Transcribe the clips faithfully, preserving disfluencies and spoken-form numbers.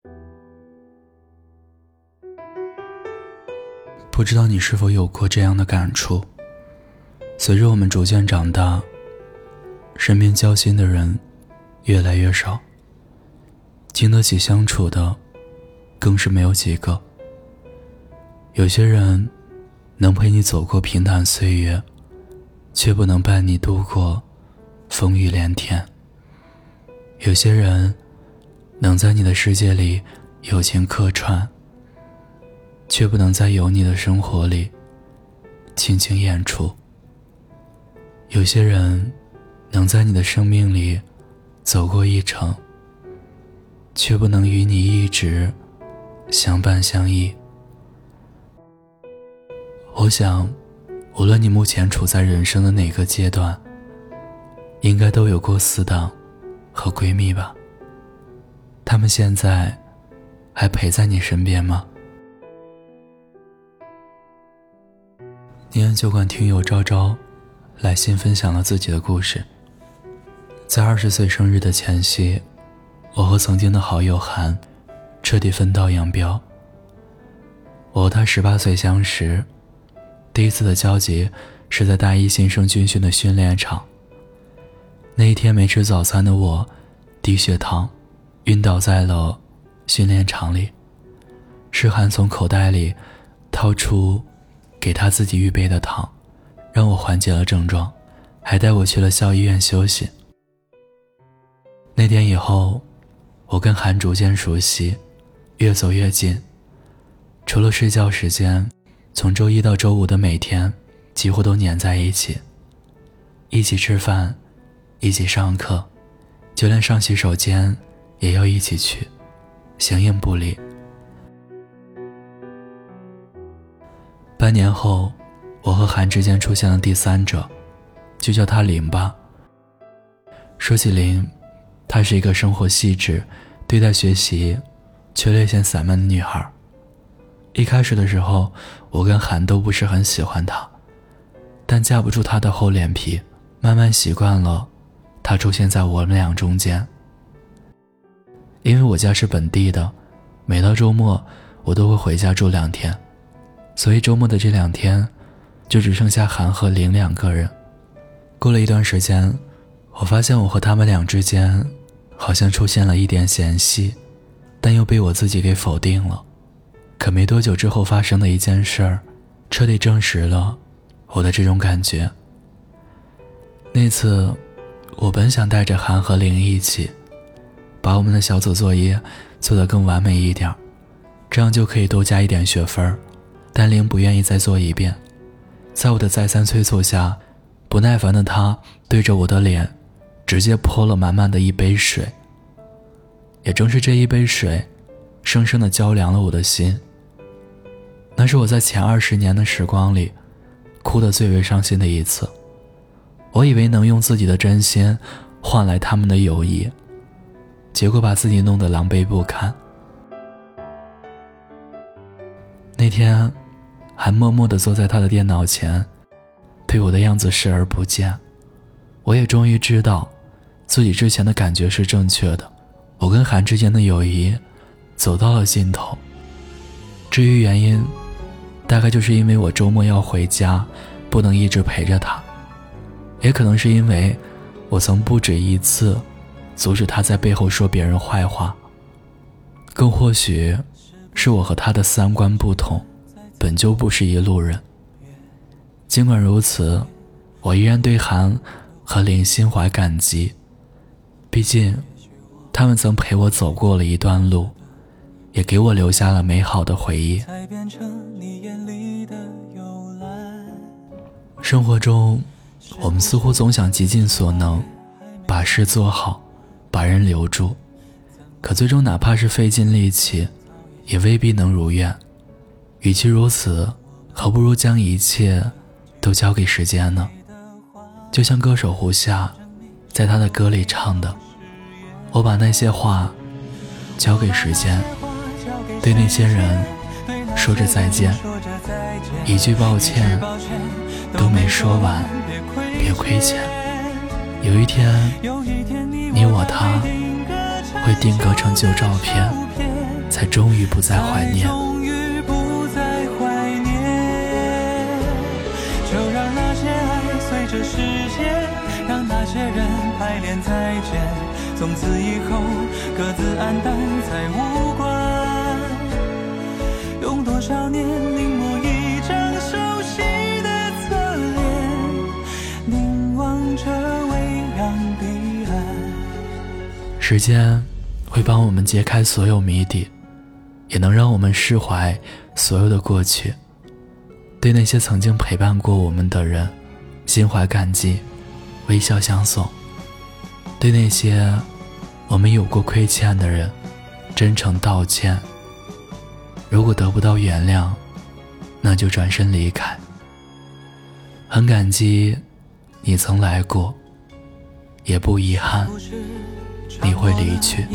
不知道你是否有过这样的感触，随着我们逐渐长大，身边交心的人越来越少，经得起相处的更是没有几个。有些人能陪你走过平淡岁月，却不能伴你度过风雨连天。有些人能在你的世界里友情客串，却不能在有你的生活里轻轻演出。有些人能在你的生命里走过一程，却不能与你一直相伴相依。我想，无论你目前处在人生的哪个阶段，应该都有过死党和闺蜜吧。他们现在还陪在你身边吗？念安酒馆听友昭昭来信分享了自己的故事。在二十岁生日的前夕，我和曾经的好友韩彻底分道扬镳。我和他十八岁相识，第一次的交集是在大一新生军训的训练场。那一天没吃早餐的我低血糖晕倒在了训练场里，是韩从口袋里掏出给他自己预备的糖，让我缓解了症状，还带我去了校医院休息。那天以后，我跟韩逐渐熟悉，越走越近。除了睡觉时间，从周一到周五的每天几乎都黏在一起，一起吃饭，一起上课，就连上洗手间也要一起去，形影不离。半年后，我和韩之间出现了第三者，就叫她林吧。说起林，她是一个生活细致，对待学习却略显散漫的女孩。一开始的时候，我跟韩都不是很喜欢她，但架不住她的厚脸皮，慢慢习惯了她出现在我们俩中间。因为我家是本地的，每到周末我都会回家住两天，所以周末的这两天就只剩下韩和林两个人。过了一段时间，我发现我和他们俩之间好像出现了一点嫌隙，但又被我自己给否定了。可没多久之后发生的一件事儿，彻底证实了我的这种感觉。那次我本想带着韩和林一起把我们的小组作业做得更完美一点，这样就可以多加一点学分，但林不愿意再做一遍。在我的再三催促下，不耐烦的他对着我的脸直接泼了满满的一杯水。也正是这一杯水生生地浇凉了我的心。那是我在前二十年的时光里哭得最为伤心的一次。我以为能用自己的真心换来他们的友谊，结果把自己弄得狼狈不堪。那天还默默地坐在他的电脑前，对我的样子视而不见。我也终于知道自己之前的感觉是正确的，我跟韩之间的友谊走到了尽头。至于原因，大概就是因为我周末要回家，不能一直陪着他，也可能是因为我曾不止一次阻止他在背后说别人坏话，更或许是我和他的三观不同，本就不是一路人。尽管如此，我依然对韩和林心怀感激，毕竟他们曾陪我走过了一段路，也给我留下了美好的回忆。生活中，我们似乎总想极尽所能把事做好，把人留住，可最终哪怕是费尽力气，也未必能如愿。与其如此，何不如将一切都交给时间呢？就像歌手胡夏在他的歌里唱的，我把那些话交给时间，对那些人说着再见，一句抱歉都没说完，别亏欠。有一天，你我他会定格成旧照片， 终于不再怀念。 终于不再怀念，就让那些爱随着时间，让那些人排练再见，从此以后各自黯淡再无关。用多少年凝摹一张熟悉的侧脸，凝望着未央彼岸。 时间会帮我们揭开所有谜底，也能让我们释怀所有的过去。对那些曾经陪伴过我们的人心怀感激，微笑相送；对那些我们有过亏欠的人真诚道歉。如果得不到原谅，那就转身离开。很感激你曾来过，也不遗憾你会离去。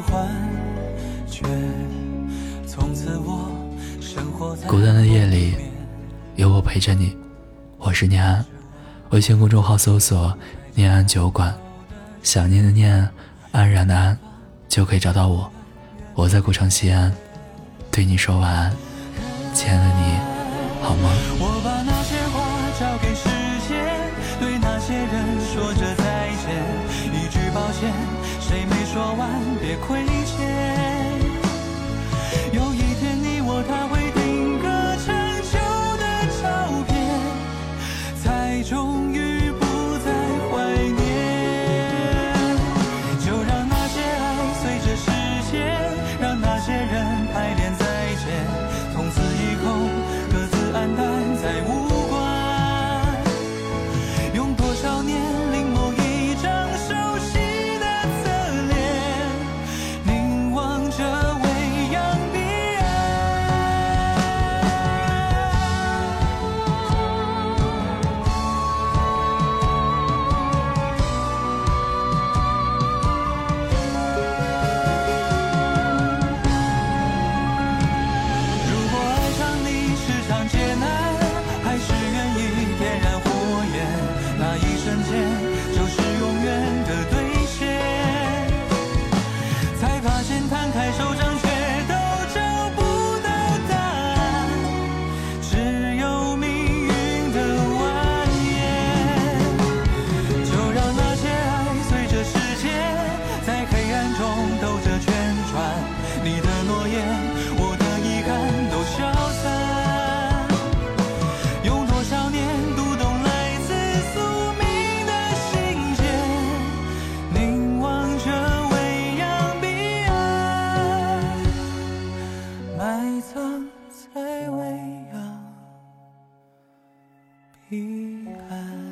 孤单的夜里有我陪着你，我是念安。微信公众号搜索念安酒馆，想念的念，安然的安，就可以找到我。我在古城西安，对你说晚安，亲爱的你，好吗？ 我把那些话交给时间，对那些人说着再见，一句抱歉，谁没说完别亏欠。有一天你我他会定格成旧的照片，才终于不再怀念。就让那些爱随着时间，让那些人排练再见，从此以后各自黯淡再无关。用多少年凝眸一张熟悉的侧脸，凝望着未央彼岸。如果爱上你是场劫难，还是愿意点燃火焰，那一瞬间就是永远的兑现。才发现摊开手掌却都找不到答案，只有命运的蜿蜒。就让那些爱随着时间，在黑暗中兜着圈转，你的诺言，我的遗憾都消散。用多少年读懂来自宿命的信件，凝望着未央彼岸，埋葬在未央彼岸。